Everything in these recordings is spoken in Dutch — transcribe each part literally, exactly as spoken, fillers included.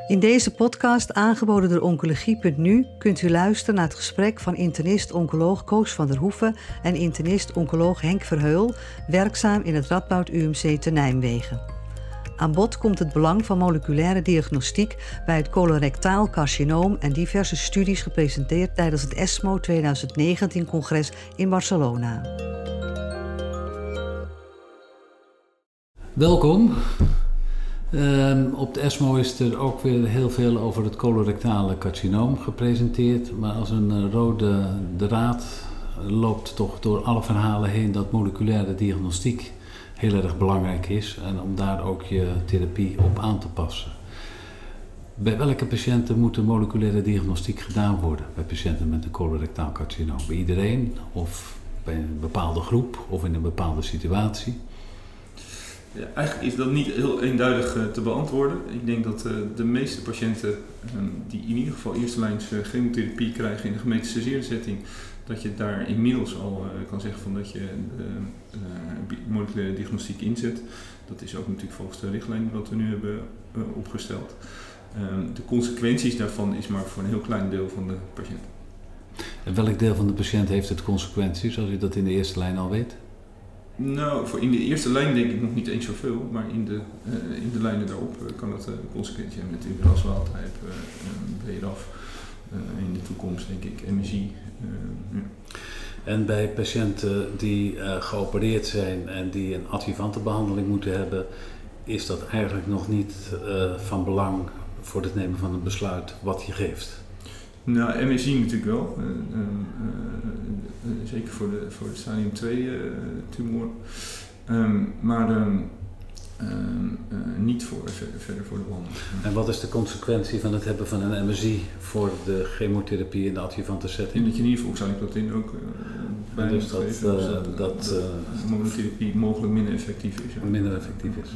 In deze podcast, aangeboden door Oncologie punt n u, kunt u luisteren naar het gesprek van internist-oncoloog Koos van der Hoeven en internist-oncoloog Henk Verheul, werkzaam in het Radboud U M C te Nijmegen. Aan bod komt het belang van moleculaire diagnostiek bij het colorectaal carcinoom en diverse studies gepresenteerd tijdens het ESMO twintig negentien-congres in Barcelona. Welkom. Um, op de ESMO is er ook weer heel veel over het colorectale carcinoom gepresenteerd, maar als een uh, rode draad loopt toch door alle verhalen heen dat moleculaire diagnostiek heel erg belangrijk is en om daar ook je therapie op aan te passen. Bij welke patiënten moet de moleculaire diagnostiek gedaan worden? Bij patiënten met een colorectaal carcinoom? Bij iedereen of bij een bepaalde groep of in een bepaalde situatie? Ja, eigenlijk is dat niet heel eenduidig uh, te beantwoorden. Ik denk dat uh, de meeste patiënten um, die in ieder geval eerste lijns uh, chemotherapie krijgen in de gemetastaseerde setting, dat je daar inmiddels al uh, kan zeggen van dat je de uh, moleculaire diagnostiek inzet. Dat is ook natuurlijk volgens de richtlijn wat we nu hebben uh, opgesteld. Um, de consequenties daarvan is maar voor een heel klein deel van de patiënten. En welk deel van de patiënt heeft het consequenties, als je dat in de eerste lijn al weet? Nou, voor in de eerste lijn denk ik nog niet eens zoveel, maar in de, uh, in de lijnen daarop uh, kan dat uh, consequenties hebben met U R A S wild-type, uh, B R A F, uh, in de toekomst denk ik M S I. Uh, ja. En bij patiënten die uh, geopereerd zijn en die een adjuvante behandeling moeten hebben, is dat eigenlijk nog niet uh, van belang voor het nemen van een besluit wat je geeft? Nou, M S I natuurlijk wel, uh, uh, uh, zeker voor de, voor de stadium twee uh, tumor, um, maar um, um, uh, niet voor, verder voor de behandeling. En wat is de consequentie van het hebben van een M S I voor de chemotherapie in de adjuvante setting? En dat je in ieder geval oxaliplatin ook uh, bij dus dat, geven, dus dat, uh, dat de uh, monotherapie mogelijk minder effectief is. Ja. Minder effectief is.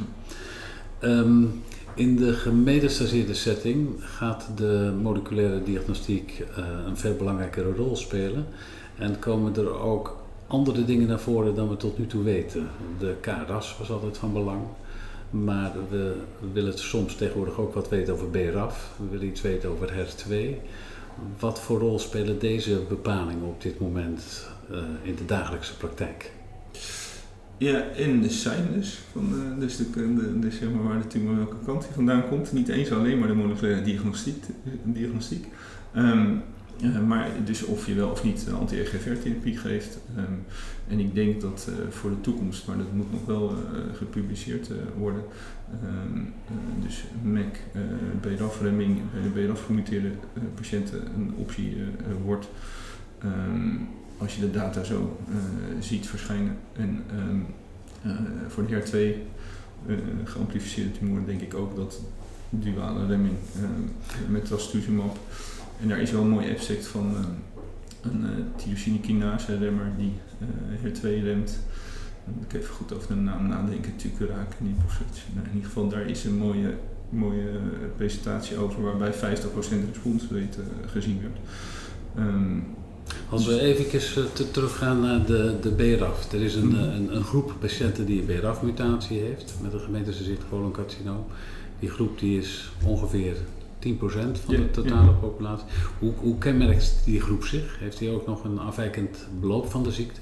Um, In de gemetastaseerde setting gaat de moleculaire diagnostiek uh, een veel belangrijkere rol spelen en komen er ook andere dingen naar voren dan we tot nu toe weten. De K R A S was altijd van belang, maar we willen soms tegenwoordig ook wat weten over B R A F, we willen iets weten over H E R twee. Wat voor rol spelen deze bepalingen op dit moment uh, in de dagelijkse praktijk? Ja, en de zijn dus, van de, dus de, de, de, zeg maar waar de tumor welke kant die vandaan komt. Niet eens alleen maar de moleculaire diagnostiek. diagnostiek. Um, uh, maar dus of je wel of niet anti-E G F R-therapie geeft. Um, en ik denk dat uh, voor de toekomst, maar dat moet nog wel uh, gepubliceerd uh, worden. Um, uh, dus M E C, uh, B R A F-remming bij de B R A F-gemuteerde uh, patiënten een optie uh, uh, wordt. Um, Als je de data zo uh, ziet verschijnen en um, uh, voor de H E R twee uh, geamplificeerde tumoren denk ik ook dat duale remming uh, met trastuzumab, en daar is wel een mooie abstract van uh, een uh, tyrosine kinase remmer die uh, H E R twee remt. Dan moet ik even goed over de naam nadenken, Tucurac en Niposwitch. Nou, in ieder geval daar is een mooie, mooie presentatie over waarbij vijftig procent responsrate uh, gezien werd. Um, Als we even teruggaan naar de, de B R A F. Er is een, mm-hmm. een, een groep patiënten die een B R A F-mutatie heeft met een gemetastaseerd coloncarcinoom. Die groep die is ongeveer tien procent van de totale yeah. populatie. Hoe, hoe kenmerkt die groep zich? Heeft die ook nog een afwijkend beloop van de ziekte?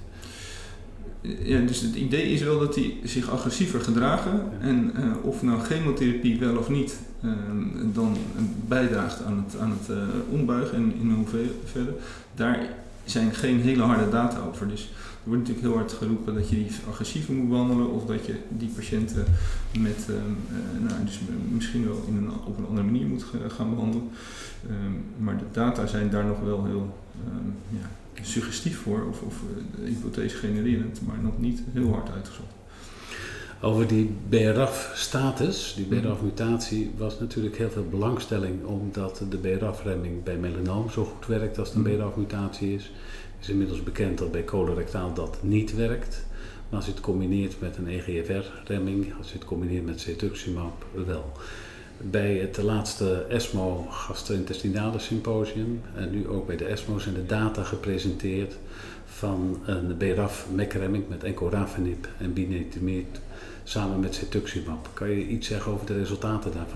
Ja, dus het idee is wel dat die zich agressiever gedragen ja. en uh, of nou chemotherapie wel of niet uh, dan bijdraagt aan het, aan het uh, ombuigen en in hoeverre. Daar zijn geen hele harde data over. Dus er wordt natuurlijk heel hard geroepen dat je die agressiever moet behandelen of dat je die patiënten met, uh, uh, nou, dus misschien wel in een, op een andere manier moet gaan behandelen. Uh, maar de data zijn daar nog wel heel uh, ja, suggestief voor of, of uh, hypothese genererend, maar nog niet heel hard uitgezocht. Over die B R A F-status, die B R A F-mutatie, was natuurlijk heel veel belangstelling omdat de B R A F-remming bij melanoom zo goed werkt als het een B R A F-mutatie is. Het is inmiddels bekend dat bij colorectaal dat niet werkt, maar als je het combineert met een E G F R-remming, als je het combineert met cetuximab, wel. Bij het laatste ESMO Gastrointestinale Symposium en nu ook bij de ESMO zijn de data gepresenteerd van een B R A F-M E C-remming met encorafenib en binetimib samen met cetuximab. Kan je iets zeggen over de resultaten daarvan?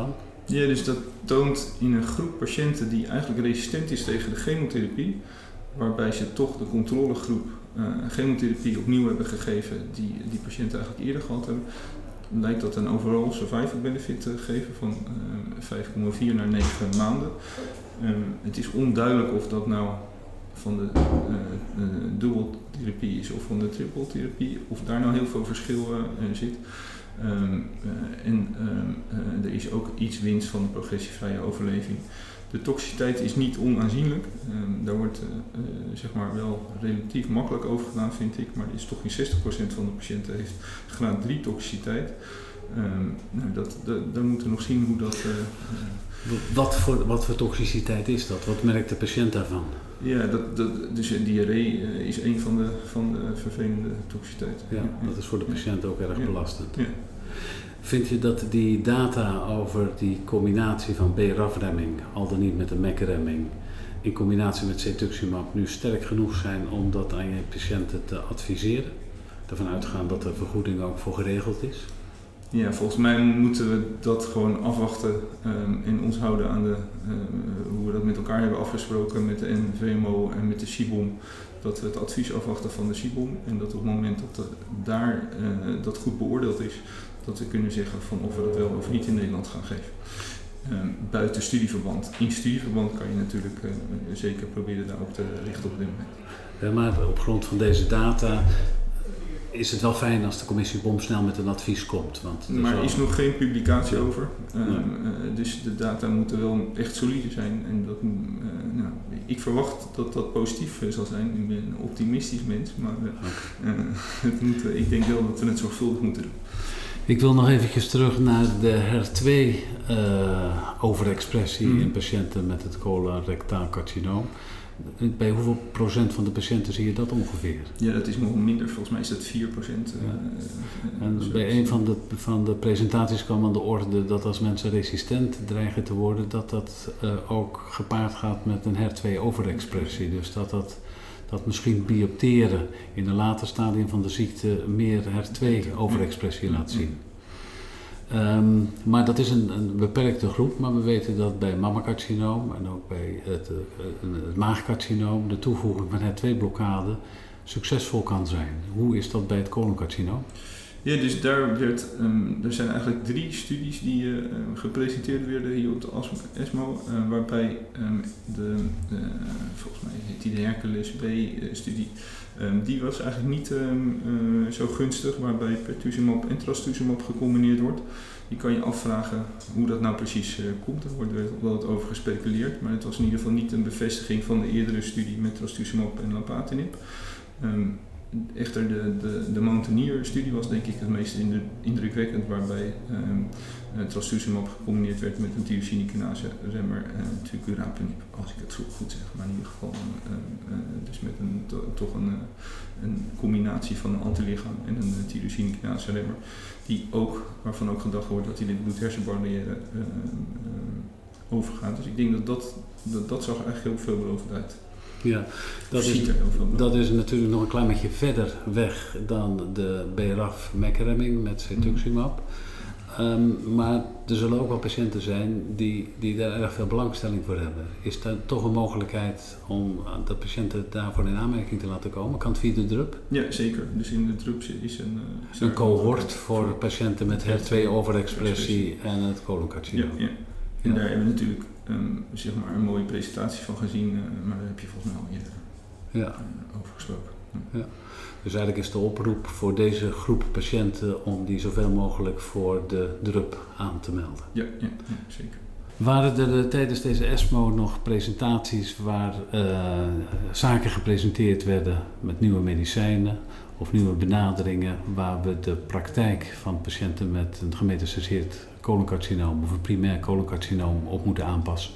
Ja, dus dat toont in een groep patiënten die eigenlijk resistent is tegen de chemotherapie, waarbij ze toch de controlegroep uh, chemotherapie opnieuw hebben gegeven die die patiënten eigenlijk eerder gehad hebben, lijkt dat een overall survival benefit te geven van uh, vijf komma vier naar negen maanden. Um, het is onduidelijk of dat nou van de uh, uh, dubbeltherapie is of van de trippeltherapie, of daar nou heel veel verschil uh, in zit. Um, uh, en um, uh, er is ook iets winst van de progressievrije overleving. De toxiciteit is niet onaanzienlijk. Um, daar wordt uh, uh, zeg maar wel relatief makkelijk over gedaan, vind ik. Maar is toch in zestig procent van de patiënten heeft graad drie toxiciteit. Um, nou, dat, dat, dan moeten we nog zien hoe dat... Uh, uh, wat, voor, wat voor toxiciteit is dat? Wat merkt de patiënt daarvan? Ja, dat, dat, dus diarree uh, is een van de, van de vervelende toxiciteiten. Ja, ja, dat is voor de patiënt ook erg ja. belastend. Ja. Vind je dat die data over die combinatie van B R A F-remming, al dan niet met een M E C-remming, in combinatie met cetuximab nu sterk genoeg zijn om dat aan je patiënten te adviseren? Ervan uitgaan dat er vergoeding ook voor geregeld is? Ja, volgens mij moeten we dat gewoon afwachten um, en ons houden aan de, uh, hoe we dat met elkaar hebben afgesproken met de N V M O en met de C I B O M. Dat we het advies afwachten van de C I B O M en dat op het moment dat er daar uh, dat goed beoordeeld is, dat we kunnen zeggen van of we dat wel of niet in Nederland gaan geven. Um, buiten studieverband. In studieverband kan je natuurlijk uh, zeker proberen daar ook te richten op dit moment. Ja, maar op grond van deze data is het wel fijn als de commissie B O M snel met een advies komt. Want maar er wel... is nog geen publicatie over. Um, nee. uh, dus de data moeten wel echt solide zijn. En dat, uh, nou, ik verwacht dat dat positief zal zijn. Ik ben een optimistisch mens. Maar uh, okay. uh, het moet, uh, ik denk wel dat we het zorgvuldig moeten doen. Ik wil nog eventjes terug naar de H E R twee uh, overexpressie mm. in patiënten met het colorectaal carcinoom. Bij hoeveel procent van de patiënten zie je dat ongeveer? Ja, dat is nog minder. Volgens mij is dat vier procent. Uh, ja. En bij een van de, van de presentaties kwam aan de orde dat als mensen resistent dreigen te worden, dat dat uh, ook gepaard gaat met een H E R twee overexpressie. Dus dat dat... dat misschien biopteren in een later stadium van de ziekte meer H E R twee overexpressie laat zien. Um, maar dat is een, een beperkte groep, maar we weten dat bij mammacarcinoom en ook bij het, het maagcarcinoom de toevoeging van H E R twee blokkade succesvol kan zijn. Hoe is dat bij het coloncarcinoom? Ja, dus daar werd, um, er zijn eigenlijk drie studies die uh, gepresenteerd werden hier op de ESMO, uh, waarbij um, de, uh, volgens mij heet die de Hercules B-studie, um, die was eigenlijk niet um, uh, zo gunstig, waarbij pertuzumab en trastuzumab gecombineerd wordt. Je kan je afvragen hoe dat nou precies uh, komt, er wordt wel wat over gespeculeerd, maar het was in ieder geval niet een bevestiging van de eerdere studie met trastuzumab en lapatinib. Um, Echter, de, de, de Mountaineer-studie was denk ik het meest indrukwekkend, waarbij um, uh, trastuzumab gecombineerd werd met een tyrosine kinase remmer en uh, tucurapenib, als ik het zo goed zeg, maar in ieder geval uh, uh, dus met een, to, toch een, uh, een combinatie van een antilichaam en een uh, tyrosine kinase remmer, die ook, waarvan ook gedacht wordt dat die de bloed-hersenbarrière uh, uh, overgaat. Dus ik denk dat dat, dat, dat zag echt heel veelbelovend uit. Ja, dat is, dat is natuurlijk nog een klein beetje verder weg dan de B R A F-M E C-remming met cetuximab. Um, maar er zullen ook wel patiënten zijn die, die daar erg veel belangstelling voor hebben. Is er toch een mogelijkheid om de patiënten daarvoor in aanmerking te laten komen? Kan het via de D R U P? Ja, zeker. Dus in de D R U P is een... Uh, een cohort voor, voor patiënten met H E R twee overexpressie en het coloncarcinoom. Ja, ja. En ja. Daar hebben we natuurlijk um, zeg maar een mooie presentatie van gezien, uh, maar daar heb je volgens mij al eerder ja. uh, over gesproken. Ja. Ja. Dus eigenlijk is de oproep voor deze groep patiënten om die zoveel mogelijk voor de D R U P aan te melden. Ja, ja, ja zeker. Waren er tijdens deze ESMO nog presentaties waar uh, zaken gepresenteerd werden met nieuwe medicijnen of nieuwe benaderingen waar we de praktijk van patiënten met een gemetastaseerd coloncarcinoom of een primair coloncarcinoom op moeten aanpassen?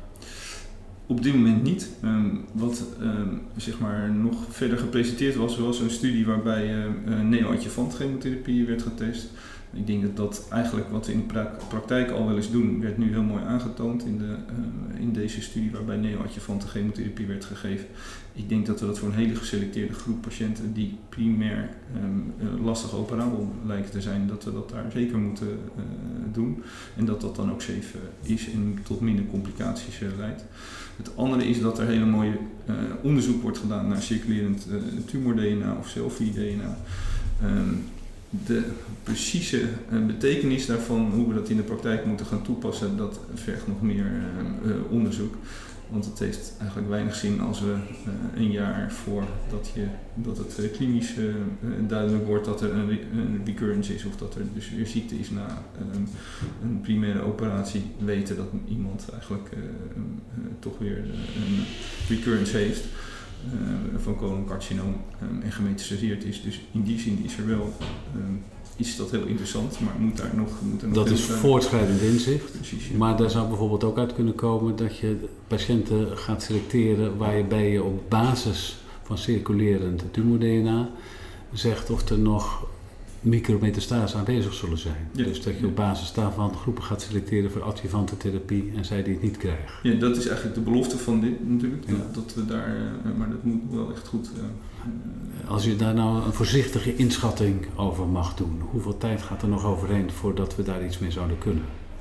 Op dit moment niet. Um, wat um, zeg maar nog verder gepresenteerd was, was een studie waarbij uh, uh, neoadjuvant chemotherapie werd getest. Ik denk dat dat eigenlijk wat we in de pra- praktijk al wel eens doen, werd nu heel mooi aangetoond in, de, uh, in deze studie waarbij neoadjuvante chemotherapie werd gegeven. Ik denk dat we dat voor een hele geselecteerde groep patiënten die primair um, uh, lastig operabel lijken te zijn, dat we dat daar zeker moeten uh, doen. En dat dat dan ook safe uh, is en tot minder complicaties uh, leidt. Het andere is dat er hele mooie uh, onderzoek wordt gedaan naar circulerend uh, tumor-D N A of cel-free D N A. Um, de precieze uh, betekenis daarvan, hoe we dat in de praktijk moeten gaan toepassen, dat vergt nog meer uh, uh, onderzoek. Want het heeft eigenlijk weinig zin als we uh, een jaar voordat je, dat het uh, klinisch uh, uh, duidelijk wordt dat er een, re- een recurrence is of dat er dus weer ziekte is na uh, een primaire operatie, weten dat iemand eigenlijk uh, uh, toch weer uh, een recurrence heeft uh, van coloncarcinoom um, en gemetastaseerd is. Dus in die zin is er wel... Um, is dat heel interessant, maar moet daar nog... Moet er nog dat is zijn. voortschrijdend inzicht, Precies, ja. Maar daar zou bijvoorbeeld ook uit kunnen komen dat je patiënten gaat selecteren waarbij je op basis van circulerend tumor-D N A zegt of er nog micrometastase aanwezig zullen zijn. Ja. Dus dat je op basis daarvan groepen gaat selecteren voor adjuvante therapie en zij die het niet krijgen. Ja, dat is eigenlijk de belofte van dit natuurlijk, Ja. dat, dat we daar, uh, maar dat moet wel echt goed... Uh, Als je daar nou een voorzichtige inschatting over mag doen, hoeveel tijd gaat er nog overheen voordat we daar iets mee zouden kunnen?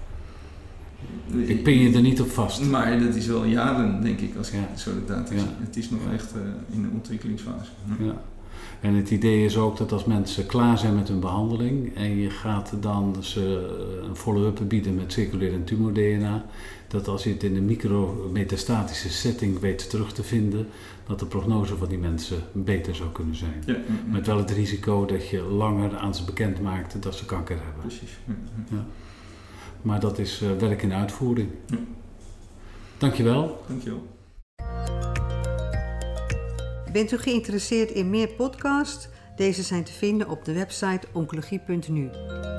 Ik pin je er niet op vast. Maar dat is wel jaren, denk ik, als ik Ja. zo de data Ja. zie. Het is nog echt uh, in de ontwikkelingsfase. Ja. Ja. En het idee is ook dat als mensen klaar zijn met hun behandeling en je gaat dan ze een follow-up bieden met circulerend tumor-D N A, dat als je het in een micrometastatische setting weet terug te vinden, dat de prognose van die mensen beter zou kunnen zijn. Ja, ja, ja. Met wel het risico dat je langer aan ze bekend maakt dat ze kanker hebben. Precies. Ja, ja. Ja. Maar dat is uh, werk in uitvoering. Ja. Dankjewel. Dankjewel. Bent u geïnteresseerd in meer podcasts? Deze zijn te vinden op de website oncologie punt n u.